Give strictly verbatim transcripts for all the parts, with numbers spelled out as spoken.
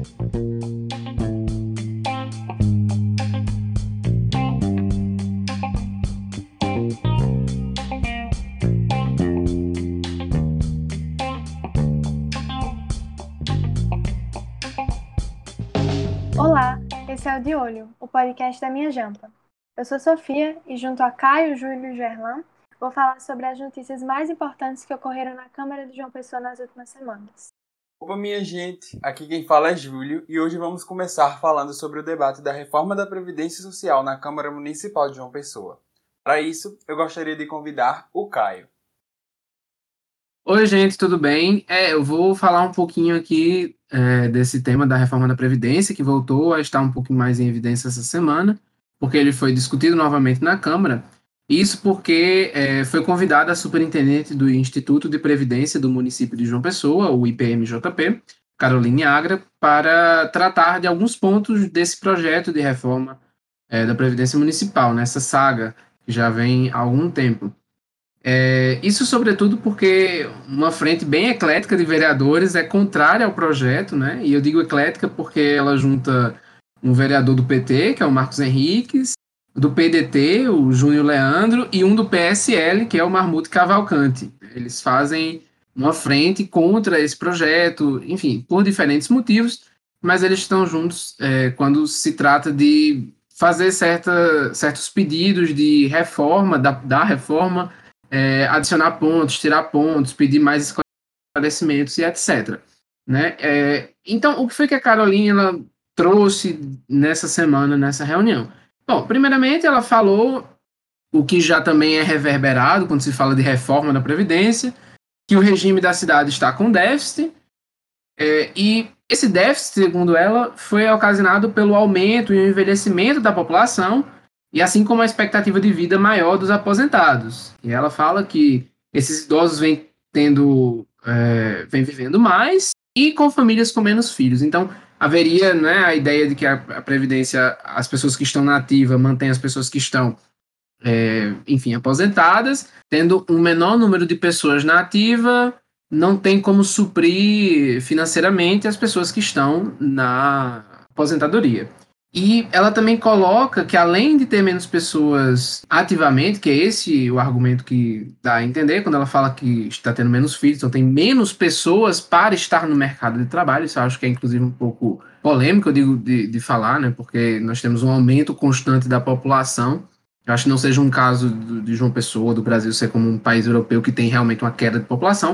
Olá, esse é o De Olho, o podcast da Minha Jampa. Eu sou Sofia e junto a Caio, Júlio e Gerlan, vou falar sobre as notícias mais importantes que ocorreram na Câmara de João Pessoa nas últimas semanas. Opa, minha gente, aqui quem fala é Júlio e hoje vamos começar falando sobre o debate da reforma da Previdência Social na Câmara Municipal de João Pessoa. Para isso, eu gostaria de convidar o Caio. Oi, gente, tudo bem? É, eu vou falar um pouquinho aqui é, desse tema da reforma da Previdência, que voltou a estar um pouquinho mais em evidência essa semana, porque ele foi discutido novamente na Câmara. Isso porque é, foi convidada a superintendente do Instituto de Previdência do município de João Pessoa, o I P M J P, Caroline Agra, para tratar de alguns pontos desse projeto de reforma é, da Previdência Municipal, nessa saga que já vem há algum tempo. É, isso, sobretudo, porque uma frente bem eclética de vereadores é contrária ao projeto, né? E eu digo eclética porque ela junta um vereador do P T, que é o Marcos Henriques, do P D T, o Júnior Leandro, e um do P S L, que é o Marmute Cavalcante. Eles fazem uma frente contra esse projeto, enfim, por diferentes motivos, mas eles estão juntos é, quando se trata de fazer certa, certos pedidos de reforma, da, da reforma, É, adicionar pontos, tirar pontos, pedir mais esclarecimentos e etcétera. Né? É, então, o que foi que a Carolina trouxe nessa semana, nessa reunião? Bom, primeiramente, ela falou o que já também é reverberado quando se fala de reforma da Previdência, que o regime da cidade está com déficit, é, e esse déficit, segundo ela, foi ocasionado pelo aumento e o envelhecimento da população, e assim como a expectativa de vida maior dos aposentados. E ela fala que esses idosos vêm tendo, é, vêm vivendo mais e com famílias com menos filhos. Então, haveria, né, a ideia de que a, a Previdência, as pessoas que estão na ativa mantém as pessoas que estão, é, enfim, aposentadas, tendo um menor número de pessoas na ativa, não tem como suprir financeiramente as pessoas que estão na aposentadoria. E ela também coloca que, além de ter menos pessoas ativamente, que é esse o argumento que dá a entender, quando ela fala que está tendo menos filhos, então tem menos pessoas para estar no mercado de trabalho, isso eu acho que é inclusive um pouco polêmico, eu digo, de, de falar, né, porque nós temos um aumento constante da população. Eu acho que não seja um caso do, de João Pessoa, do Brasil ser como um país europeu que tem realmente uma queda de população,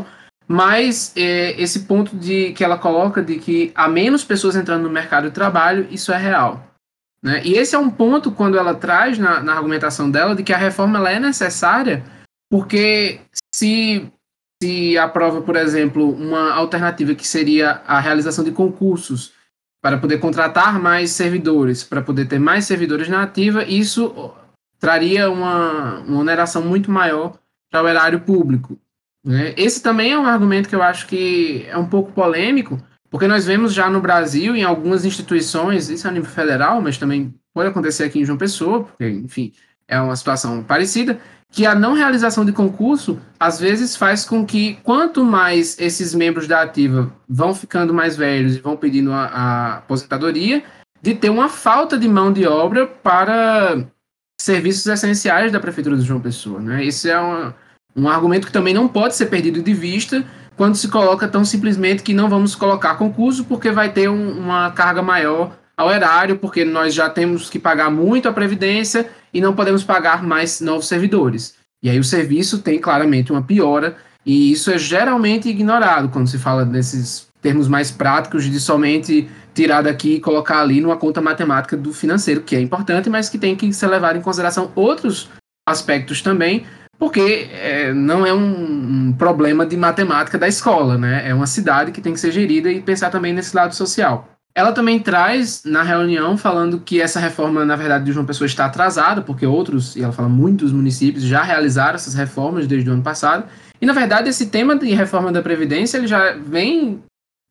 mas é, esse ponto de, que ela coloca de que há menos pessoas entrando no mercado de trabalho, isso é real. Né? E esse é um ponto quando ela traz na, na argumentação dela de que a reforma ela é necessária porque se, se aprova, por exemplo, uma alternativa que seria a realização de concursos para poder contratar mais servidores, para poder ter mais servidores na ativa, isso traria uma, uma oneração muito maior para o erário público. Né? Esse também é um argumento que eu acho que é um pouco polêmico, porque nós vemos já no Brasil, em algumas instituições, isso é a nível federal, mas também pode acontecer aqui em João Pessoa, porque, enfim, é uma situação parecida, que a não realização de concurso, às vezes, faz com que, quanto mais esses membros da ativa vão ficando mais velhos e vão pedindo a, a aposentadoria, de ter uma falta de mão de obra para serviços essenciais da Prefeitura de João Pessoa. Né? Esse é uma, um argumento que também não pode ser perdido de vista, quando se coloca tão simplesmente que não vamos colocar concurso porque vai ter um, uma carga maior ao erário, porque nós já temos que pagar muito a Previdência e não podemos pagar mais novos servidores. E aí o serviço tem claramente uma piora, e isso é geralmente ignorado quando se fala desses termos mais práticos de somente tirar daqui e colocar ali numa conta matemática do financeiro, que é importante, mas que tem que ser levado em consideração outros aspectos também, porque é, não é um, um problema de matemática da escola, né? É uma cidade que tem que ser gerida e pensar também nesse lado social. Ela também traz na reunião falando que essa reforma, na verdade, de João Pessoa está atrasada, porque outros, e ela fala muitos municípios já realizaram essas reformas desde o ano passado, e na verdade esse tema de reforma da Previdência ele já vem,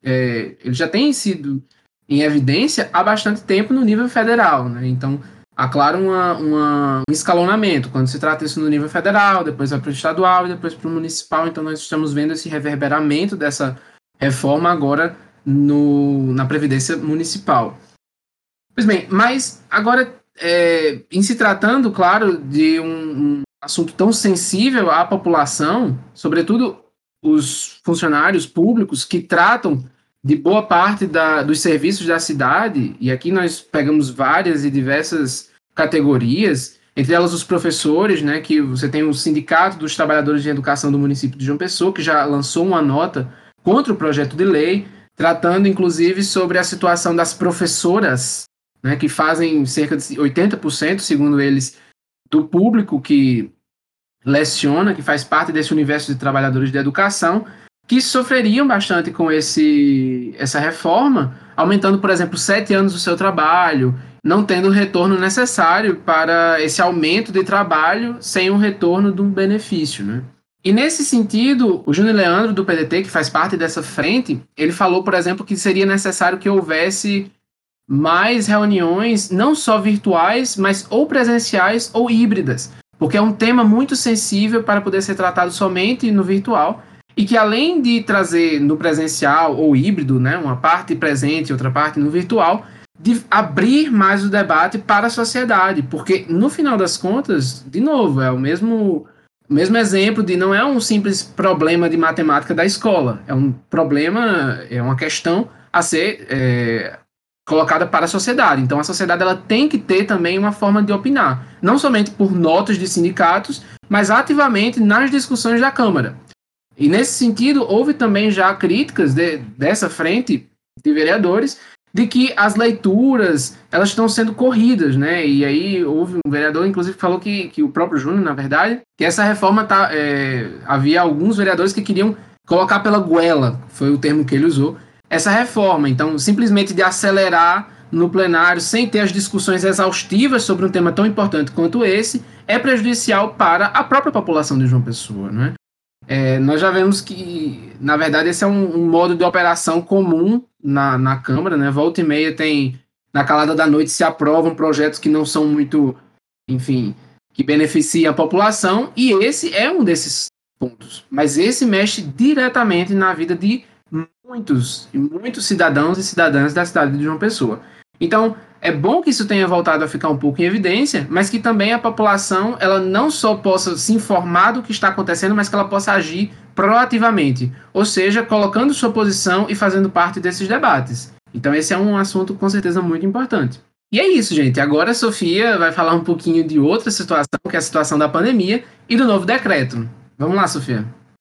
é, ele já tem sido em evidência há bastante tempo no nível federal, né? Então há, claro, uma, uma, um escalonamento, quando se trata isso no nível federal, depois vai para o estadual e depois para o municipal. Então nós estamos vendo esse reverberamento dessa reforma agora no, na Previdência Municipal. Pois bem, mas agora, é, em se tratando, claro, de um, um assunto tão sensível à população, sobretudo os funcionários públicos que tratam de boa parte da, dos serviços da cidade, e aqui nós pegamos várias e diversas categorias, entre elas os professores, né, que você tem o Sindicato dos Trabalhadores de Educação do município de João Pessoa, que já lançou uma nota contra o projeto de lei, tratando inclusive sobre a situação das professoras, né, que fazem cerca de oitenta por cento, segundo eles, do público que leciona, que faz parte desse universo de trabalhadores de educação, que sofreriam bastante com esse, essa reforma, aumentando, por exemplo, sete anos do seu trabalho, não tendo o retorno necessário para esse aumento de trabalho sem o retorno de um benefício, né? E nesse sentido, o Júnior Leandro, do P D T, que faz parte dessa frente, ele falou, por exemplo, que seria necessário que houvesse mais reuniões, não só virtuais, mas ou presenciais ou híbridas, porque é um tema muito sensível para poder ser tratado somente no virtual, e que além de trazer no presencial ou híbrido, né, uma parte presente e outra parte no virtual, de abrir mais o debate para a sociedade, porque no final das contas, de novo, é o mesmo, mesmo exemplo de não é um simples problema de matemática da escola, é um problema, é uma questão a ser é, colocada para a sociedade. Então a sociedade ela tem que ter também uma forma de opinar, não somente por notas de sindicatos, mas ativamente nas discussões da Câmara. E nesse sentido, houve também já críticas de, dessa frente de vereadores de que as leituras elas estão sendo corridas, né? E aí houve um vereador, inclusive, que falou que, que o próprio Júnior, na verdade, que essa reforma tá, é, havia alguns vereadores que queriam colocar pela goela, foi o termo que ele usou, essa reforma. Então, simplesmente de acelerar no plenário sem ter as discussões exaustivas sobre um tema tão importante quanto esse, é prejudicial para a própria população de João Pessoa, né? É, nós já vemos que, na verdade, esse é um, um modo de operação comum na, na Câmara, né? Volta e meia tem, na calada da noite, se aprovam projetos que não são muito, enfim, que beneficiam a população, e esse é um desses pontos. Mas esse mexe diretamente na vida de muitos, muitos cidadãos e cidadãs da cidade de João Pessoa. Então, é bom que isso tenha voltado a ficar um pouco em evidência, mas que também a população ela não só possa se informar do que está acontecendo, mas que ela possa agir proativamente, ou seja, colocando sua posição e fazendo parte desses debates. Então esse é um assunto com certeza muito importante. E é isso, gente. Agora a Sofia vai falar um pouquinho de outra situação, que é a situação da pandemia e do novo decreto. Vamos lá, Sofia.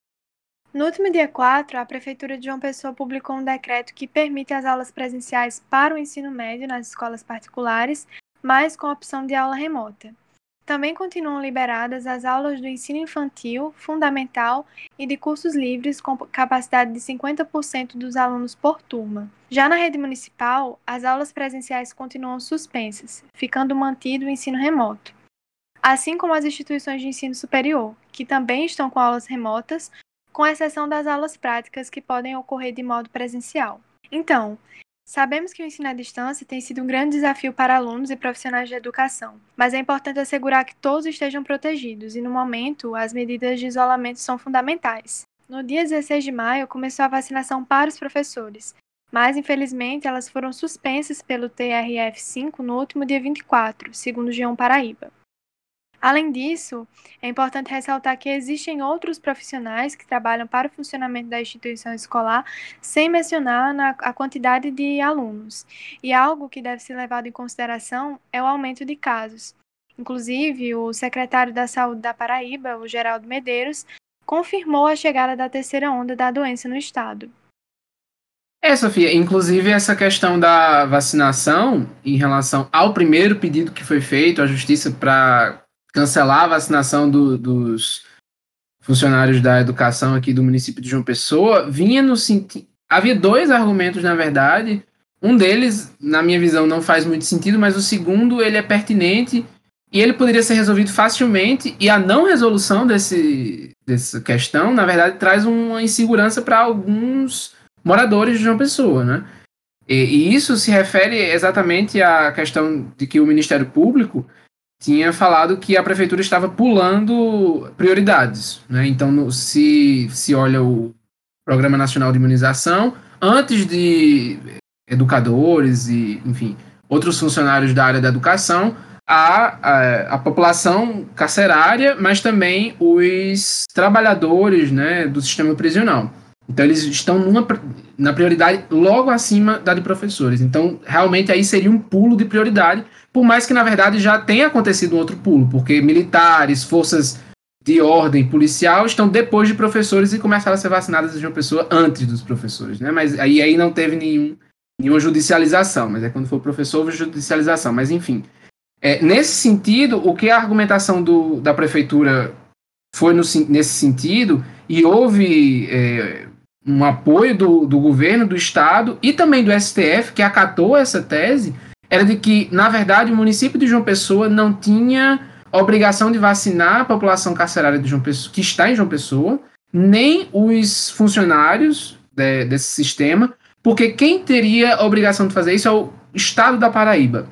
No último dia quatro, a Prefeitura de João Pessoa publicou um decreto que permite as aulas presenciais para o ensino médio nas escolas particulares, mas com a opção de aula remota. Também continuam liberadas as aulas do ensino infantil, fundamental e de cursos livres com capacidade de cinquenta por cento dos alunos por turma. Já na rede municipal, as aulas presenciais continuam suspensas, ficando mantido o ensino remoto. Assim como as instituições de ensino superior, que também estão com aulas remotas, com exceção das aulas práticas que podem ocorrer de modo presencial. Então, sabemos que o ensino à distância tem sido um grande desafio para alunos e profissionais de educação, mas é importante assegurar que todos estejam protegidos e, no momento, as medidas de isolamento são fundamentais. No dia dezesseis de maio, começou a vacinação para os professores, mas, infelizmente, elas foram suspensas pelo T R F cinco no último dia vinte e quatro, segundo o G um Paraíba. Além disso, é importante ressaltar que existem outros profissionais que trabalham para o funcionamento da instituição escolar, sem mencionar na, a quantidade de alunos. E algo que deve ser levado em consideração é o aumento de casos. Inclusive, o secretário da Saúde da Paraíba, o Geraldo Medeiros, confirmou a chegada da terceira onda da doença no estado. É, Sofia, inclusive essa questão da vacinação, em relação ao primeiro pedido que foi feito à Justiça para cancelar a vacinação do, dos funcionários da educação aqui do município de João Pessoa, vinha no sentido... Havia dois argumentos, na verdade. Um deles, na minha visão, não faz muito sentido, mas o segundo, ele é pertinente e ele poderia ser resolvido facilmente, e a não resolução desse, dessa questão, na verdade, traz uma insegurança para alguns moradores de João Pessoa, né? E, e isso se refere exatamente à questão de que o Ministério Público tinha falado que a prefeitura estava pulando prioridades, né? Então, no, se, se olha o Programa Nacional de Imunização, antes de educadores e, enfim, outros funcionários da área da educação, a, a, a população carcerária, mas também os trabalhadores, né, do sistema prisional. Então, eles estão numa, na prioridade logo acima da de professores. Então, realmente, aí seria um pulo de prioridade, por mais que, na verdade, já tenha acontecido um outro pulo, porque militares, forças de ordem policial estão depois de professores e começaram a ser vacinadas de uma pessoa antes dos professores, né? Mas aí, aí não teve nenhum, nenhuma judicialização, mas é quando for professor, houve judicialização. Mas, enfim, é, nesse sentido, o que a argumentação do, da prefeitura foi no, nesse sentido, e houve é, um apoio do, do governo, do Estado e também do S T F, que acatou essa tese, era de que, na verdade, o município de João Pessoa não tinha obrigação de vacinar a população carcerária de João Pessoa, que está em João Pessoa, nem os funcionários de, desse sistema, porque quem teria a obrigação de fazer isso é o Estado da Paraíba.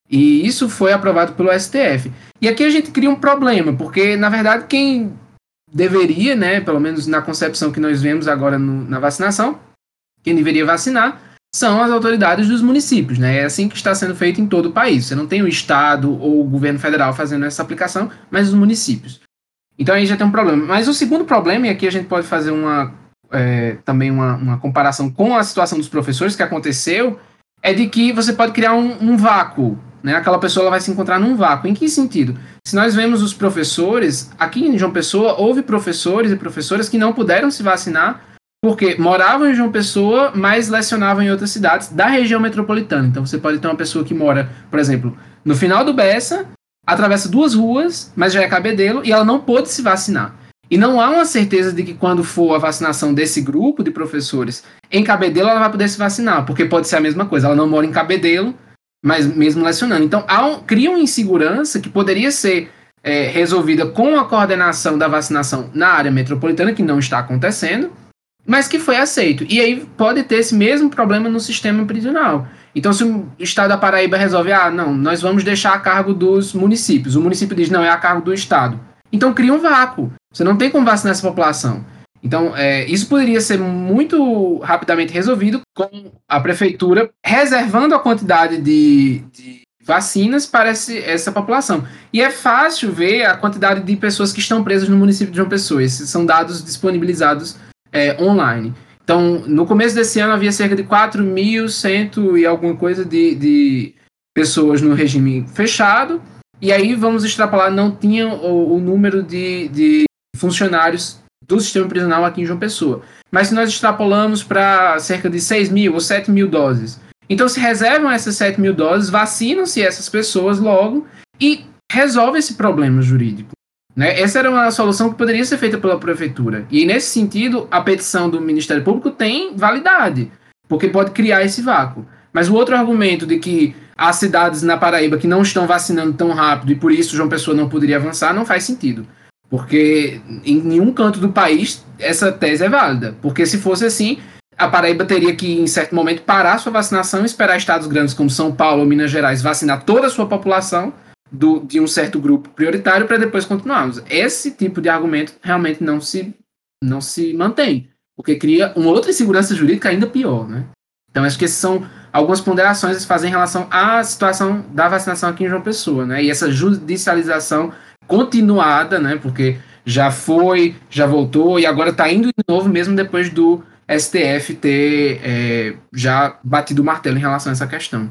E isso foi aprovado pelo S T F. E aqui a gente cria um problema, porque, na verdade, quem deveria, né, pelo menos na concepção que nós vemos agora no, na vacinação, quem deveria vacinar são as autoridades dos municípios, né? É assim que está sendo feito em todo o país. Você não tem o Estado ou o governo federal fazendo essa aplicação, mas os municípios. Então aí já tem um problema. Mas o segundo problema, e aqui a gente pode fazer uma, é, também uma, uma comparação com a situação dos professores que aconteceu, é de que você pode criar um, um vácuo, né? Aquela pessoa ela vai se encontrar num vácuo. Em que sentido? Se nós vemos os professores, aqui em João Pessoa, houve professores e professoras que não puderam se vacinar porque moravam em João Pessoa, mas lecionavam em outras cidades da região metropolitana. Então você pode ter uma pessoa que mora, por exemplo, no final do Bessa, atravessa duas ruas, mas já é Cabedelo, e ela não pôde se vacinar. E não há uma certeza de que quando for a vacinação desse grupo de professores em Cabedelo, ela vai poder se vacinar, porque pode ser a mesma coisa. Ela não mora em Cabedelo, mas mesmo lecionando. Então, há um, cria uma insegurança que poderia ser é, resolvida com a coordenação da vacinação na área metropolitana, que não está acontecendo, mas que foi aceito. E aí pode ter esse mesmo problema no sistema prisional. Então, se o Estado da Paraíba resolve, ah, não, nós vamos deixar a cargo dos municípios. O município diz, não, é a cargo do Estado. Então, cria um vácuo. Você não tem como vacinar essa população. Então, é, isso poderia ser muito rapidamente resolvido com a prefeitura reservando a quantidade de, de vacinas para esse, essa população. E é fácil ver a quantidade de pessoas que estão presas no município de João Pessoa. Esses são dados disponibilizados é, online. Então, no começo desse ano havia cerca de quatro mil e cem e alguma coisa de, de pessoas no regime fechado. E aí, vamos extrapolar, não tinha o, o número de, de funcionários do sistema prisional aqui em João Pessoa. Mas se nós extrapolamos para cerca de seis mil ou sete mil doses, então se reservam essas sete mil doses, vacinam-se essas pessoas logo e resolve esse problema jurídico. Né? Essa era uma solução que poderia ser feita pela prefeitura. E nesse sentido, a petição do Ministério Público tem validade, porque pode criar esse vácuo. Mas o outro argumento de que há cidades na Paraíba que não estão vacinando tão rápido e por isso João Pessoa não poderia avançar, não faz sentido. Porque em nenhum canto do país essa tese é válida. Porque se fosse assim, a Paraíba teria que, em certo momento, parar sua vacinação e esperar estados grandes como São Paulo ou Minas Gerais vacinar toda a sua população do, de um certo grupo prioritário para depois continuarmos. Esse tipo de argumento realmente não se, não se mantém. Porque cria uma outra insegurança jurídica ainda pior, né? Então, acho que essas são algumas ponderações que se fazem em relação à situação da vacinação aqui em João Pessoa, né? E essa judicialização continuada, né? Porque já foi, já voltou e agora está indo de novo, mesmo depois do S T F ter é, já batido o martelo em relação a essa questão.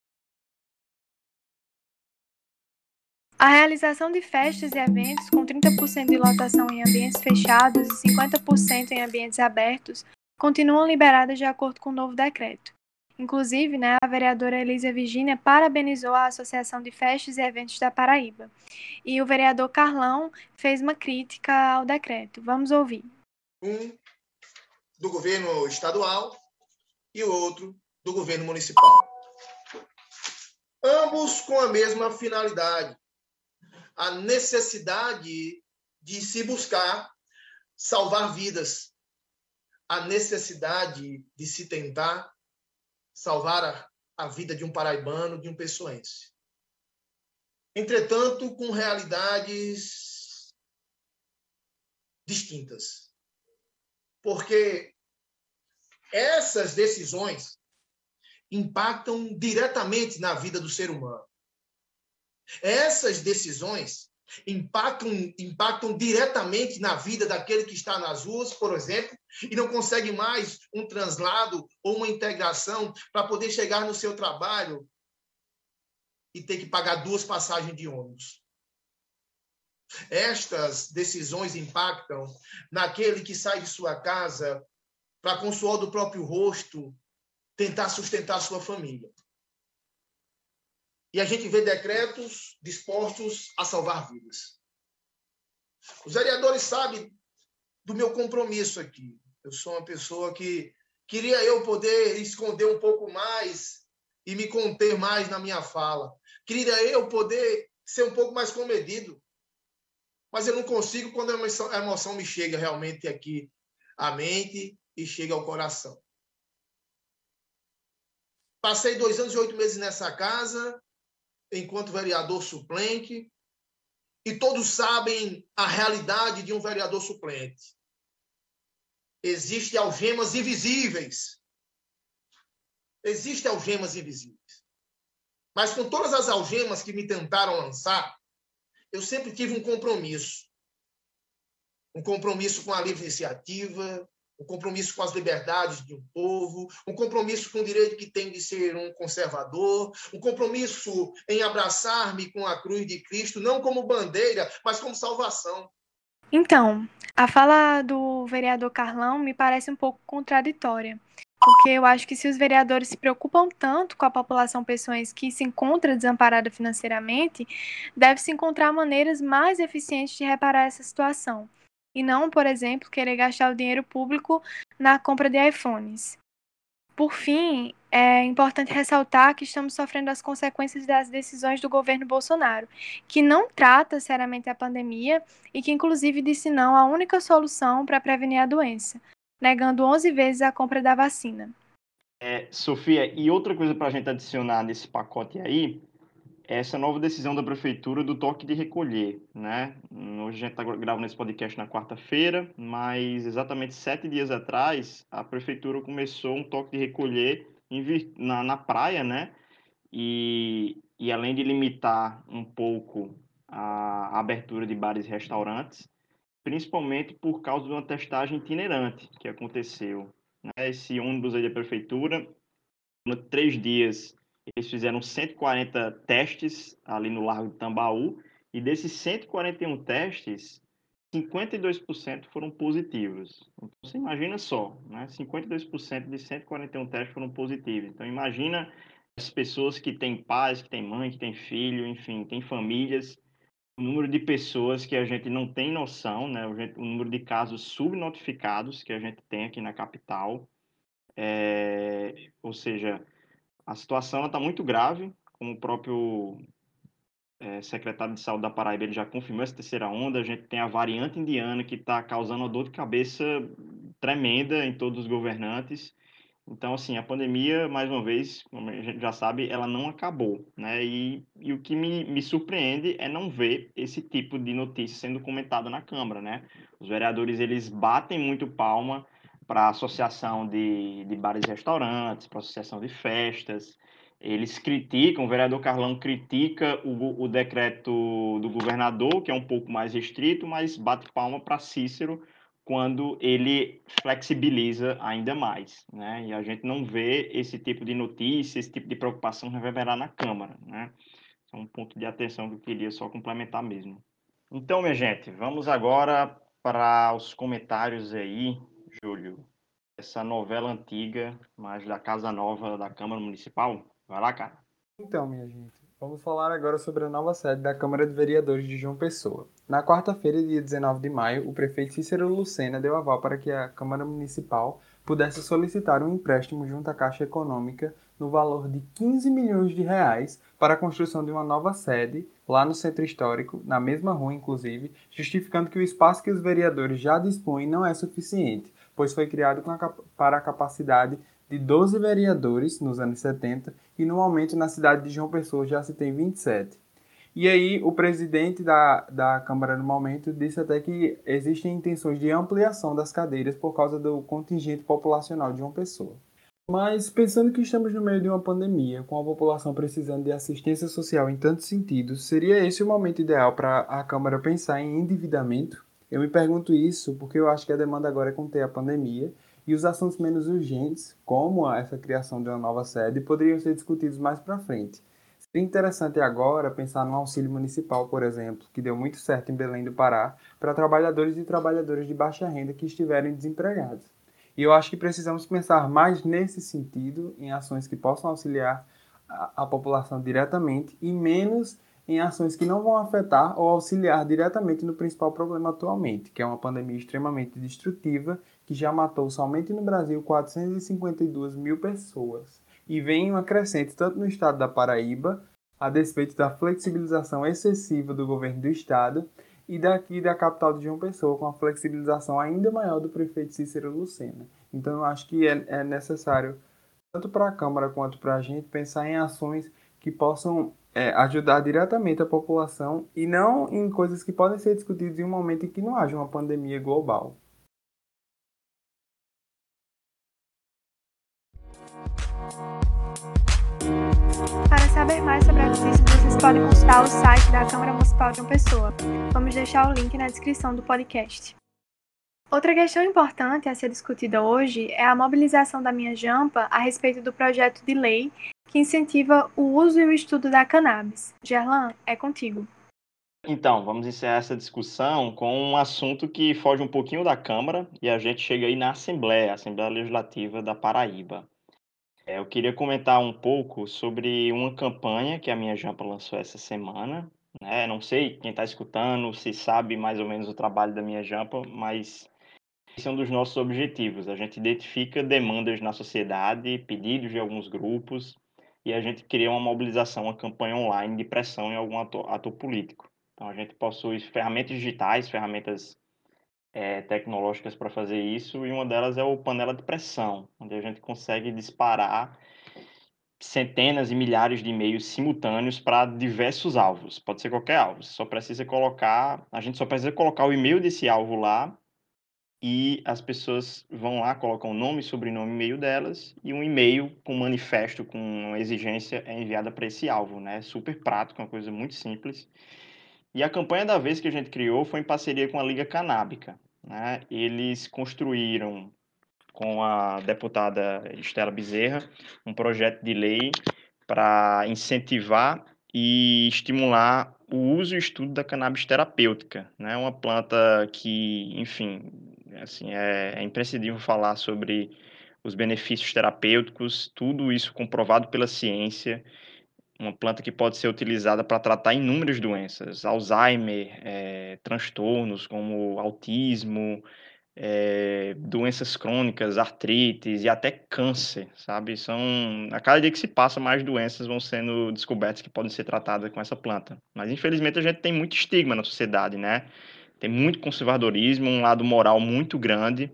A realização de festas e eventos com trinta por cento de lotação em ambientes fechados e cinquenta por cento em ambientes abertos continuam liberadas de acordo com o novo decreto. Inclusive, né, a vereadora Elisa Virgínia parabenizou a Associação de Festas e Eventos da Paraíba. E o vereador Carlão fez uma crítica ao decreto. Vamos ouvir. Um do governo estadual e o outro do governo municipal. Ambos com a mesma finalidade, a necessidade de se buscar salvar vidas, a necessidade de se tentar salvar a, a vida de um paraibano, de um pessoense. Entretanto, com realidades distintas. Porque Essas decisões impactam diretamente na vida do ser humano. Essas decisões impactam, impactam diretamente na vida daquele que está nas ruas, por exemplo, e não consegue mais um translado ou uma integração para poder chegar no seu trabalho e ter que pagar duas passagens de ônibus. Estas decisões impactam naquele que sai de sua casa para, com o suor do próprio rosto, tentar sustentar sua família. E a gente vê decretos dispostos a salvar vidas. Os vereadores sabem do meu compromisso aqui. Eu sou uma pessoa que queria eu poder esconder um pouco mais e me conter mais na minha fala. Queria eu poder ser um pouco mais comedido. Mas eu não consigo quando a emoção, a emoção me chega realmente aqui à mente e chega ao coração. Passei dois anos e oito meses nessa casa, enquanto vereador suplente, e todos sabem a realidade de um vereador suplente. Existem algemas invisíveis. Existem algemas invisíveis. Mas com todas as algemas que me tentaram lançar, eu sempre tive um compromisso. Um compromisso com a livre iniciativa, um compromisso com as liberdades de um povo, um compromisso com o direito que tem de ser um conservador, um compromisso em abraçar-me com a cruz de Cristo, não como bandeira, mas como salvação. Então, a fala do vereador Carlão me parece um pouco contraditória, porque eu acho que se os vereadores se preocupam tanto com a população pessoense que se encontra desamparada financeiramente, deve-se encontrar maneiras mais eficientes de reparar essa situação. E não, por exemplo, querer gastar o dinheiro público na compra de iPhones. Por fim, é importante ressaltar que estamos sofrendo as consequências das decisões do governo Bolsonaro, que não trata seriamente a pandemia e que, inclusive, disse não à única solução para prevenir a doença, negando onze vezes a compra da vacina. É, Sofia, e outra coisa para a gente adicionar nesse pacote aí, essa nova decisão da prefeitura do toque de recolher, né? Hoje a gente está gravando esse podcast na quarta-feira, mas exatamente sete dias atrás a prefeitura começou um toque de recolher na, na praia, né? E, e além de limitar um pouco a, a abertura de bares e restaurantes, principalmente por causa de uma testagem itinerante que aconteceu, né? Esse ônibus aí da prefeitura, por três dias, eles fizeram cento e quarenta testes ali no Largo de Tambaú, e desses cento e quarenta e um testes, cinquenta e dois por cento foram positivos. Então, você imagina só, né? cinquenta e dois por cento de cento e quarenta e um testes foram positivos. Então, imagina as pessoas que têm pais, que têm mãe, que têm filho, enfim, têm famílias, o número de pessoas que a gente não tem noção, né? O número de casos subnotificados que a gente tem aqui na capital. É... Ou seja, a situação está muito grave, como o próprio é, secretário de Saúde da Paraíba ele já confirmou essa terceira onda. A gente tem a variante indiana que está causando uma dor de cabeça tremenda em todos os governantes. Então, assim, a pandemia, mais uma vez, como a gente já sabe, ela não acabou, né? E, e o que me, me surpreende é não ver esse tipo de notícia sendo comentada na Câmara, né? Os vereadores, eles batem muito palma para a associação de, de bares e restaurantes, para a associação de festas. Eles criticam, o vereador Carlão critica o, o decreto do governador, que é um pouco mais restrito, mas bate palma para Cícero quando ele flexibiliza ainda mais, né? E a gente não vê esse tipo de notícia, esse tipo de preocupação reverberar na Câmara, né? É um ponto de atenção que eu queria só complementar mesmo. Então, minha gente, vamos agora para os comentários aí, Júlio. Essa novela antiga, mas da Casa Nova da Câmara Municipal. Vai lá, cara. Então, minha gente, vamos falar agora sobre a nova sede da Câmara de Vereadores de João Pessoa. Na quarta-feira, dia dezenove de maio, o prefeito Cícero Lucena deu aval para que a Câmara Municipal pudesse solicitar um empréstimo junto à Caixa Econômica no valor de quinze milhões de reais para a construção de uma nova sede lá no Centro Histórico, na mesma rua, inclusive, justificando que o espaço que os vereadores já dispõem não é suficiente, pois foi criado com a, para a capacidade de doze vereadores nos anos setenta e no momento na cidade de João Pessoa já se tem vinte e sete. E aí o presidente da, da Câmara no momento disse até que existem intenções de ampliação das cadeiras por causa do contingente populacional de João Pessoa. Mas pensando que estamos no meio de uma pandemia, com a população precisando de assistência social em tantos sentidos, seria esse o momento ideal para a Câmara pensar em endividamento? Eu me pergunto isso porque eu acho que a demanda agora é conter a pandemia e os assuntos menos urgentes, como essa criação de uma nova sede, poderiam ser discutidos mais para frente. Seria interessante agora pensar no auxílio municipal, por exemplo, que deu muito certo em Belém do Pará, para trabalhadores e trabalhadoras de baixa renda que estiverem desempregados. E eu acho que precisamos pensar mais nesse sentido, em ações que possam auxiliar a, a população diretamente e menos em ações que não vão afetar ou auxiliar diretamente no principal problema atualmente, que é uma pandemia extremamente destrutiva que já matou somente no Brasil quatrocentas e cinquenta e duas mil pessoas. E vem uma crescente tanto no estado da Paraíba, a despeito da flexibilização excessiva do governo do estado, e daqui da capital de João Pessoa, com a flexibilização ainda maior do prefeito Cícero Lucena. Então, eu acho que é, é necessário, tanto para a Câmara quanto para a gente, pensar em ações que possam é, ajudar diretamente a população e não em coisas que podem ser discutidas em um momento em que não haja uma pandemia global. Para saber mais sobre a notícia, vocês podem consultar o site da Câmara Municipal de João Pessoa. Vamos deixar o link na descrição do podcast. Outra questão importante a ser discutida hoje é a mobilização da Minha Jampa a respeito do projeto de lei que incentiva o uso e o estudo da cannabis. Gerlan, é contigo. Então, vamos encerrar essa discussão com um assunto que foge um pouquinho da Câmara e a gente chega aí na Assembleia, a Assembleia Legislativa da Paraíba. É, eu queria comentar um pouco sobre uma campanha que a Minha Jampa lançou essa semana, né? Não sei quem está escutando, se sabe mais ou menos o trabalho da Minha Jampa, mas esse é um dos nossos objetivos. A gente identifica demandas na sociedade, pedidos de alguns grupos, e a gente cria uma mobilização, uma campanha online de pressão em algum ator, ator político. Então, a gente possui ferramentas digitais, ferramentas é, tecnológicas para fazer isso, e uma delas é o panela de pressão, onde a gente consegue disparar centenas e milhares de e-mails simultâneos para diversos alvos. Pode ser qualquer alvo. Você só precisa colocar, a gente só precisa colocar o e-mail desse alvo lá e as pessoas vão lá, colocam o nome, sobrenome e e-mail delas e um e-mail com um manifesto, com uma exigência é enviada para esse alvo, né? Super prático, uma coisa muito simples. E a campanha da vez que a gente criou foi em parceria com a Liga Canábica, né? Eles construíram com a deputada Estela Bezerra um projeto de lei para incentivar e estimular o uso e estudo da cannabis terapêutica, né? Uma planta que, enfim, assim, é, é imprescindível falar sobre os benefícios terapêuticos, tudo isso comprovado pela ciência, uma planta que pode ser utilizada para tratar inúmeras doenças, Alzheimer, é, transtornos como autismo, é, doenças crônicas, artrites e até câncer, sabe? São, a cada dia que se passa, mais doenças vão sendo descobertas que podem ser tratadas com essa planta. Mas, infelizmente, a gente tem muito estigma na sociedade, né? Tem muito conservadorismo, um lado moral muito grande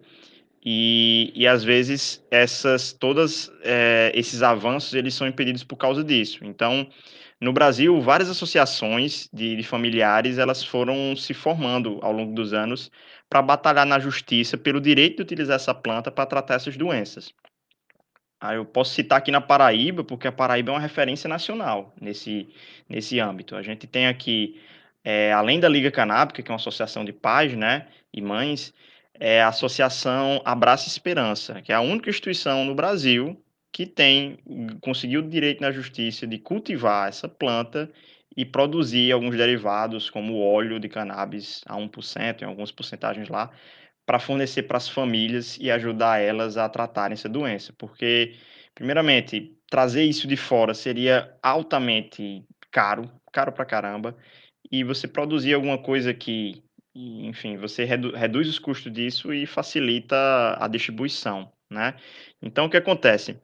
e, e às vezes, essas, todas é, esses avanços, eles são impedidos por causa disso. Então, no Brasil, várias associações de, de familiares, elas foram se formando ao longo dos anos para batalhar na justiça pelo direito de utilizar essa planta para tratar essas doenças. Aí eu posso citar aqui na Paraíba, porque a Paraíba é uma referência nacional nesse, nesse âmbito. A gente tem aqui, é, além da Liga Canábica, que é uma associação de pais, né, e mães, é a Associação Abraça Esperança, que é a única instituição no Brasil que tem conseguiu o direito na justiça de cultivar essa planta e produzir alguns derivados, como o óleo de cannabis a um por cento, em algumas porcentagens lá, para fornecer para as famílias e ajudar elas a tratarem essa doença. Porque, primeiramente, trazer isso de fora seria altamente caro, caro pra caramba, e você produzir alguma coisa que, enfim, você redu reduz os custos disso e facilita a distribuição, né? Então, o que acontece?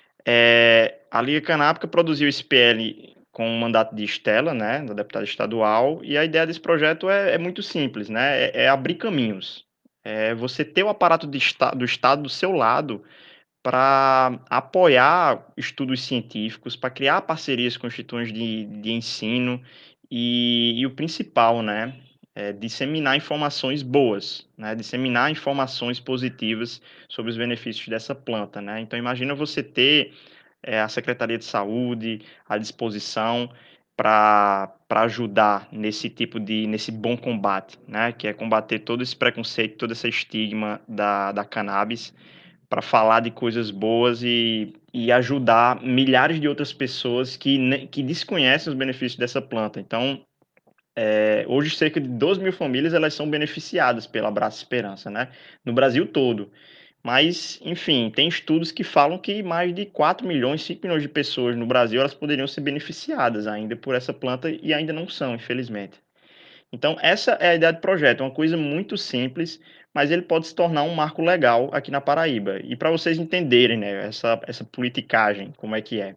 É, a Liga Canábica produziu esse P L com o mandato de Estela, né, da deputada estadual, e a ideia desse projeto é, é muito simples, né, é, é abrir caminhos. É você ter o aparato de esta do Estado do seu lado para apoiar estudos científicos, para criar parcerias com instituições de, de ensino e, e o principal, né, é disseminar informações boas, né, disseminar informações positivas sobre os benefícios dessa planta, né. Então imagina você ter é, a Secretaria de Saúde à disposição para para ajudar nesse tipo de nesse bom combate, né, que é combater todo esse preconceito, todo esse estigma da, da cannabis, para falar de coisas boas e, e ajudar milhares de outras pessoas que, ne- que desconhecem os benefícios dessa planta. Então, é, hoje, cerca de doze mil famílias elas são beneficiadas pela Abraço Esperança, né? No Brasil todo. Mas, enfim, tem estudos que falam que mais de quatro milhões, cinco milhões de pessoas no Brasil elas poderiam ser beneficiadas ainda por essa planta e ainda não são, infelizmente. Então, essa é a ideia do projeto, uma coisa muito simples, mas ele pode se tornar um marco legal aqui na Paraíba. E para vocês entenderem, né, essa, essa politicagem, como é que é.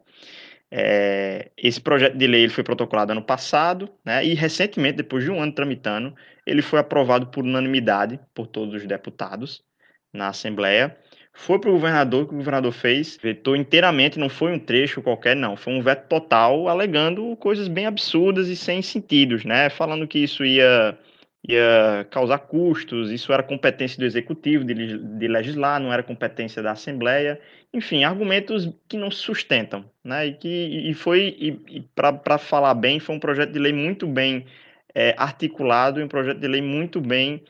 É, esse projeto de lei ele foi protocolado ano passado, né, e recentemente, depois de um ano tramitando, ele foi aprovado por unanimidade por todos os deputados na Assembleia. Foi para o governador, o que o governador fez, vetou inteiramente, não foi um trecho qualquer, não, foi um veto total, alegando coisas bem absurdas e sem sentidos, né, falando que isso ia, ia causar custos, isso era competência do executivo de, de legislar, não era competência da Assembleia, enfim, argumentos que não se sustentam, né? E que e foi, e, e para falar bem, foi um projeto de lei muito bem é, articulado e um projeto de lei muito bem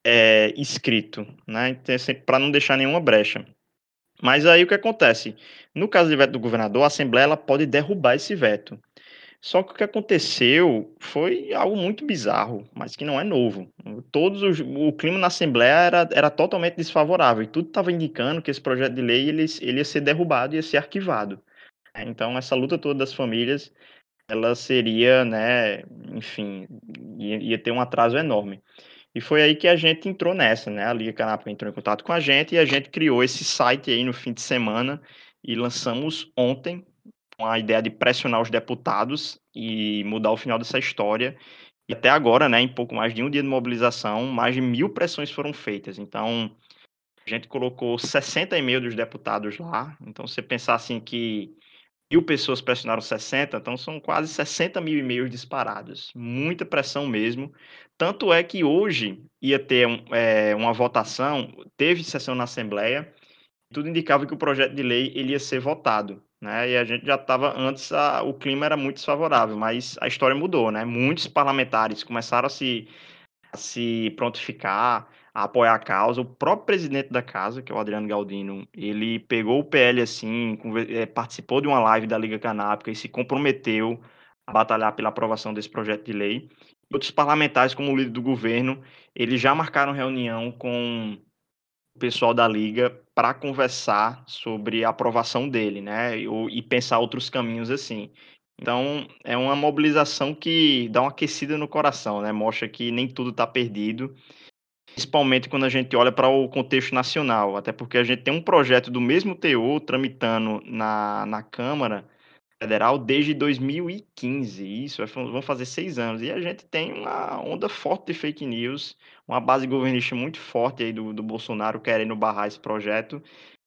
é, escrito, né? Então, para não deixar nenhuma brecha. Mas aí o que acontece? No caso de veto do governador, a Assembleia ela pode derrubar esse veto. Só que o que aconteceu foi algo muito bizarro, mas que não é novo. Todos os, o clima na Assembleia era, era totalmente desfavorável e tudo estava indicando que esse projeto de lei ele, ele ia ser derrubado, ia ser arquivado. Então essa luta toda das famílias, ela seria, né, enfim, ia, ia ter um atraso enorme. E foi aí que a gente entrou nessa, né? A Liga Canapa entrou em contato com a gente e a gente criou esse site aí no fim de semana e lançamos ontem com a ideia de pressionar os deputados e mudar o final dessa história. E até agora, né, em pouco mais de um dia de mobilização, mais de mil pressões foram feitas. Então, a gente colocou sessenta e-mails dos deputados lá. Então, você pensar assim que mil pessoas pressionaram sessenta, então são quase sessenta mil e-mails disparados. Muita pressão mesmo. Tanto é que hoje ia ter um, é, uma votação, teve sessão na Assembleia, tudo indicava que o projeto de lei ele ia ser votado, né? E a gente já estava antes, a, o clima era muito desfavorável, mas a história mudou, né? Muitos parlamentares começaram a se, a se prontificar, a apoiar a causa. O próprio presidente da casa, que é o Adriano Galdino, ele pegou o P L assim, conver- eh, participou de uma live da Liga Canábica e se comprometeu a batalhar pela aprovação desse projeto de lei. Outros parlamentares, como o líder do governo, eles já marcaram reunião com o pessoal da liga para conversar sobre a aprovação dele, né? E, e pensar outros caminhos assim. Então, é uma mobilização que dá uma aquecida no coração, né? Mostra que nem tudo está perdido, principalmente quando a gente olha para o contexto nacional, até porque a gente tem um projeto do mesmo teor tramitando na, na Câmara Federal desde dois mil e quinze. Isso, vão fazer seis anos. E a gente tem uma onda forte de fake news, uma base governista muito forte aí do, do Bolsonaro querendo barrar esse projeto.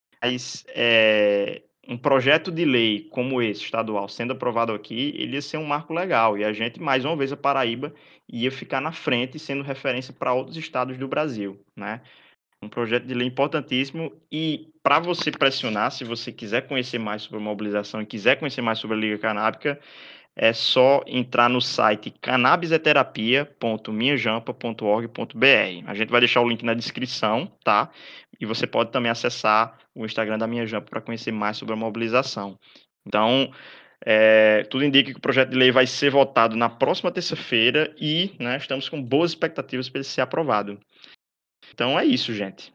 Mas é, um projeto de lei como esse, estadual, sendo aprovado aqui, ele ia ser um marco legal. E a gente, mais uma vez, a Paraíba ia ficar na frente, sendo referência para outros estados do Brasil, né? Um projeto de lei importantíssimo e para você pressionar, se você quiser conhecer mais sobre a mobilização e quiser conhecer mais sobre a Liga Canábica, é só entrar no site canabiseterapia ponto minha jampa ponto org ponto br. A gente vai deixar o link na descrição, tá? E você pode também acessar o Instagram da Minha Jampa para conhecer mais sobre a mobilização. Então, é, tudo indica que o projeto de lei vai ser votado na próxima terça-feira e, né, estamos com boas expectativas para ele ser aprovado. Então é isso, gente.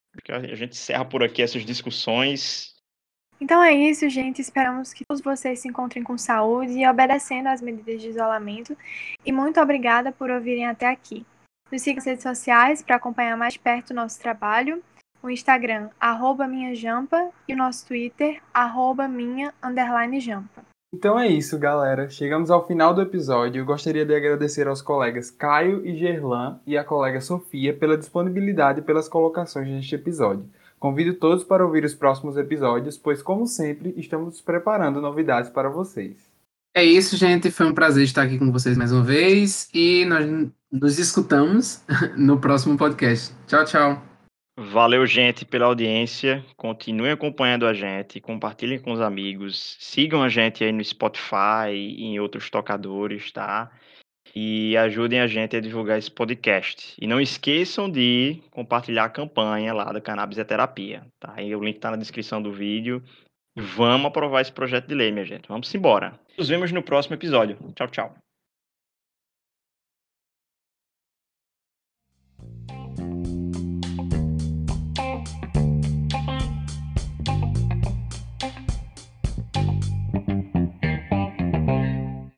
A gente encerra por aqui essas discussões. Então é isso, gente. Esperamos que todos vocês se encontrem com saúde e obedecendo às medidas de isolamento. E muito obrigada por ouvirem até aqui. Nos siga nas redes sociais para acompanhar mais de perto o nosso trabalho. O Instagram, arroba minhajampa, e o nosso Twitter, arroba minha, underline jampa. Então é isso, galera. Chegamos ao final do episódio. Eu gostaria de agradecer aos colegas Caio e Gerlan e à colega Sofia pela disponibilidade e pelas colocações neste episódio. Convido todos para ouvir os próximos episódios, pois, como sempre, estamos preparando novidades para vocês. É isso, gente. Foi um prazer estar aqui com vocês mais uma vez e nós nos escutamos no próximo podcast. Tchau, tchau. Valeu, gente, pela audiência. Continuem acompanhando a gente, compartilhem com os amigos, sigam a gente aí no Spotify e em outros tocadores, tá? E ajudem a gente a divulgar esse podcast. E não esqueçam de compartilhar a campanha lá da Cannabis é Terapia, tá? E o link tá na descrição do vídeo. Vamos aprovar esse projeto de lei, minha gente. Vamos embora. Nos vemos no próximo episódio. Tchau, tchau.